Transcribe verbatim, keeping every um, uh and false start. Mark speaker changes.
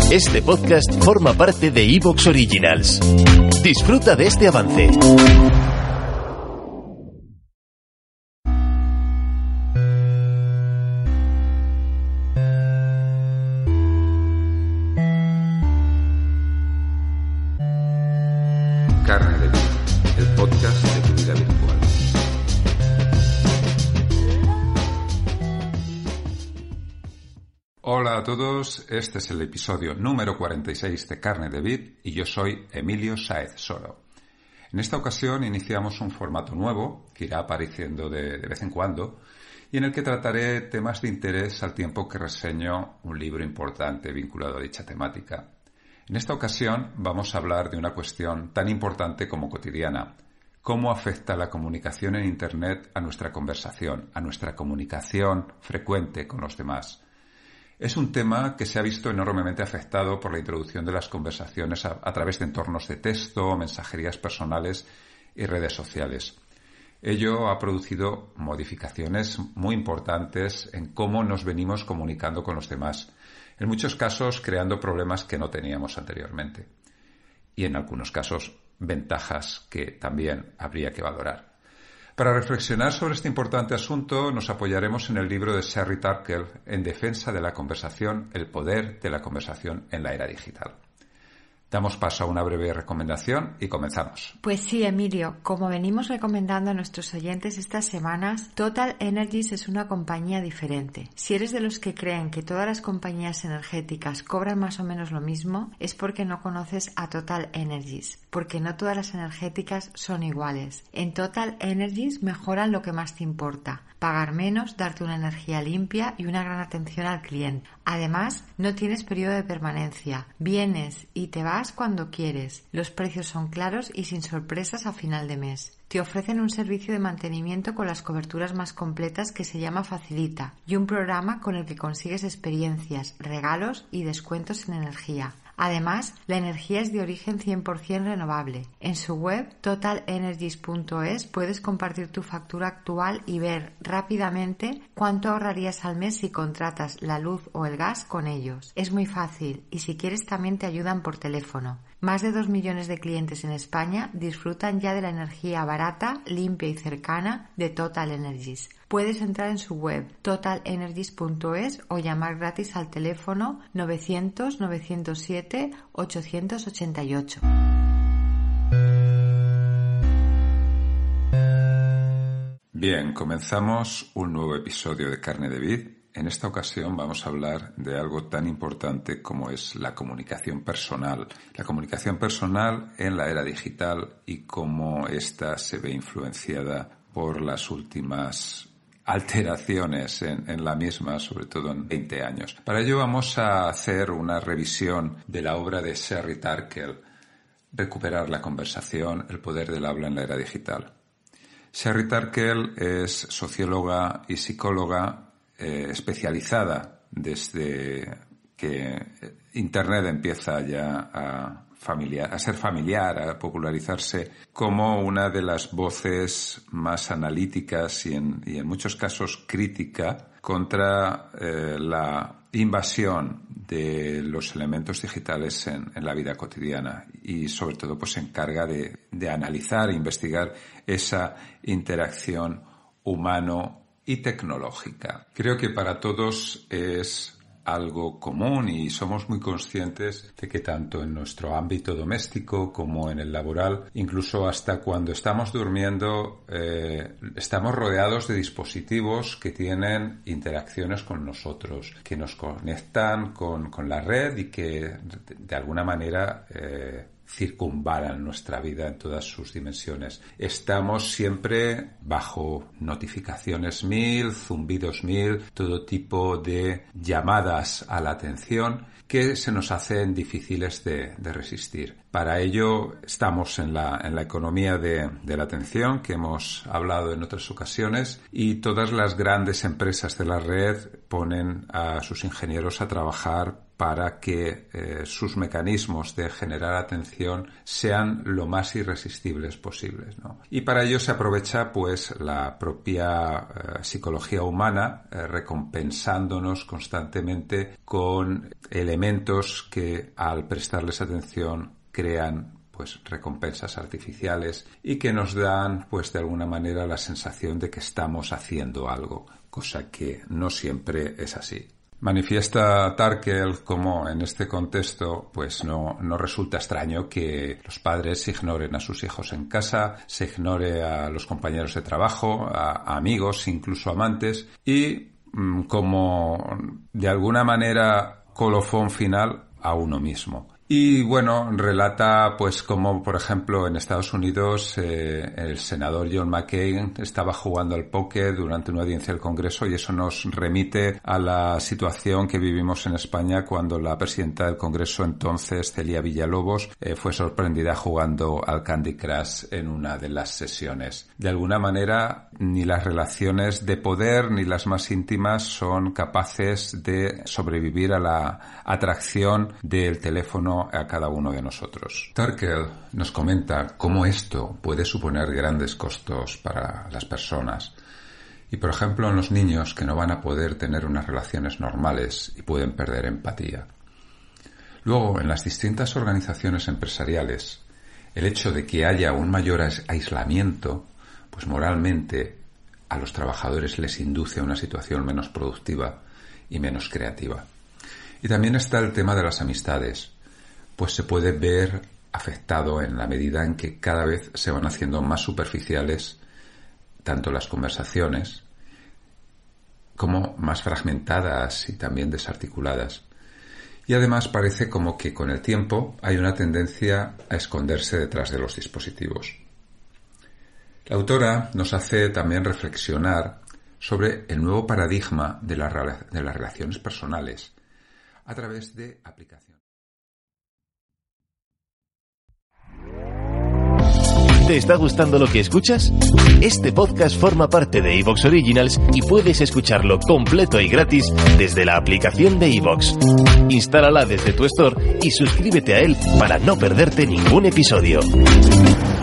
Speaker 1: Este podcast forma parte de iVoox Originals. Disfruta de este avance.
Speaker 2: Carne de Vid, el podcast de tu vida virtual. Hola a todos, este es el episodio número cuarenta y seis de Carne de Vid y yo soy Emilio Sáez Soro. En esta ocasión iniciamos un formato nuevo que irá apareciendo de, de vez en cuando y en el que trataré temas de interés al tiempo que reseño un libro importante vinculado a dicha temática. En esta ocasión vamos a hablar de una cuestión tan importante como cotidiana: cómo afecta la comunicación en Internet a nuestra conversación, a nuestra comunicación frecuente con los demás. Es un tema que se ha visto enormemente afectado por la introducción de las conversaciones a, a través de entornos de texto, mensajerías personales y redes sociales. Ello ha producido modificaciones muy importantes en cómo nos venimos comunicando con los demás, en muchos casos creando problemas que no teníamos anteriormente y en algunos casos ventajas que también habría que valorar. Para reflexionar sobre este importante asunto nos apoyaremos en el libro de Sherry Turkle, En defensa de la conversación, el poder de la conversación en la era digital. Damos paso a una breve recomendación y comenzamos.
Speaker 3: Pues sí, Emilio, como venimos recomendando a nuestros oyentes estas semanas, Total Energies es una compañía diferente. Si eres de los que creen que todas las compañías energéticas cobran más o menos lo mismo, es porque no conoces a Total Energies, porque no todas las energéticas son iguales. En Total Energies mejoran lo que más te importa: pagar menos, darte una energía limpia y una gran atención al cliente. Además, no tienes periodo de permanencia. Vienes y te vas cuando quieres. Los precios son claros y sin sorpresas a final de mes. Te ofrecen un servicio de mantenimiento con las coberturas más completas que se llama Facilita y un programa con el que consigues experiencias, regalos y descuentos en energía. Además, la energía es de origen cien por ciento renovable. En su web, total energies punto es, puedes compartir tu factura actual y ver rápidamente cuánto ahorrarías al mes si contratas la luz o el gas con ellos. Es muy fácil y si quieres también te ayudan por teléfono. Más de dos millones de clientes en España disfrutan ya de la energía barata, limpia y cercana de Total Energies. Puedes entrar en su web total energies punto es o llamar gratis al teléfono novecientos, novecientos siete, ochocientos ochenta y ocho.
Speaker 2: Bien, comenzamos un nuevo episodio de Carne de Vid. En esta ocasión vamos a hablar de algo tan importante como es la comunicación personal. La comunicación personal en la era digital y cómo ésta se ve influenciada por las últimas alteraciones en, en la misma, sobre todo en veinte años. Para ello vamos a hacer una revisión de la obra de Sherry Turkle, Recuperar la conversación, el poder del habla en la era digital. Sherry Turkle es socióloga y psicóloga eh, especializada desde que Internet empieza ya a Familiar, a ser familiar, a popularizarse como una de las voces más analíticas y en, y en muchos casos crítica contra eh, la invasión de los elementos digitales en, en la vida cotidiana y sobre todo pues se encarga de, de analizar e investigar esa interacción humano y tecnológica. Creo que para todos es algo común y somos muy conscientes de que tanto en nuestro ámbito doméstico como en el laboral, incluso hasta cuando estamos durmiendo, eh, estamos rodeados de dispositivos que tienen interacciones con nosotros, que nos conectan con, con la red y que de, de alguna manera eh, circunvalan nuestra vida en todas sus dimensiones. Estamos siempre bajo notificaciones mil, zumbidos mil, todo tipo de llamadas a la atención que se nos hacen difíciles de, de resistir. Para ello estamos en la, en la economía de, de la atención que hemos hablado en otras ocasiones y todas las grandes empresas de la red ponen a sus ingenieros a trabajar para que eh, sus mecanismos de generar atención sean lo más irresistibles posibles, ¿no? Y para ello se aprovecha pues la propia eh, psicología humana, eh, recompensándonos constantemente con elementos que al prestarles atención crean pues recompensas artificiales y que nos dan pues de alguna manera la sensación de que estamos haciendo algo, cosa que no siempre es así. Manifiesta Turkel cómo en este contexto pues no, no resulta extraño que los padres ignoren a sus hijos en casa, se ignore a los compañeros de trabajo, a, a amigos, incluso amantes, y mmm, como de alguna manera colofón final a uno mismo. Y bueno, relata pues como por ejemplo en Estados Unidos eh, el senador John McCain estaba jugando al póker durante una audiencia del Congreso, y eso nos remite a la situación que vivimos en España cuando la presidenta del Congreso entonces, Celia Villalobos, eh, fue sorprendida jugando al Candy Crush en una de las sesiones. De alguna manera ni las relaciones de poder ni las más íntimas son capaces de sobrevivir a la atracción del teléfono a cada uno de nosotros. Turkel nos comenta cómo esto puede suponer grandes costos para las personas. Y por ejemplo en los niños que no van a poder tener unas relaciones normales y pueden perder empatía. Luego, en las distintas organizaciones empresariales, el hecho de que haya un mayor aislamiento, pues moralmente a los trabajadores les induce a una situación menos productiva y menos creativa. Y también está el tema de las amistades, pues se puede ver afectado en la medida en que cada vez se van haciendo más superficiales tanto las conversaciones como más fragmentadas y también desarticuladas. Y además parece como que con el tiempo hay una tendencia a esconderse detrás de los dispositivos. La autora nos hace también reflexionar sobre el nuevo paradigma de, la, de las relaciones personales a través de aplicaciones.
Speaker 1: ¿Te está gustando lo que escuchas? Este podcast forma parte de iVoox Originals y puedes escucharlo completo y gratis desde la aplicación de iVoox. Instálala desde tu store y suscríbete a él para no perderte ningún episodio.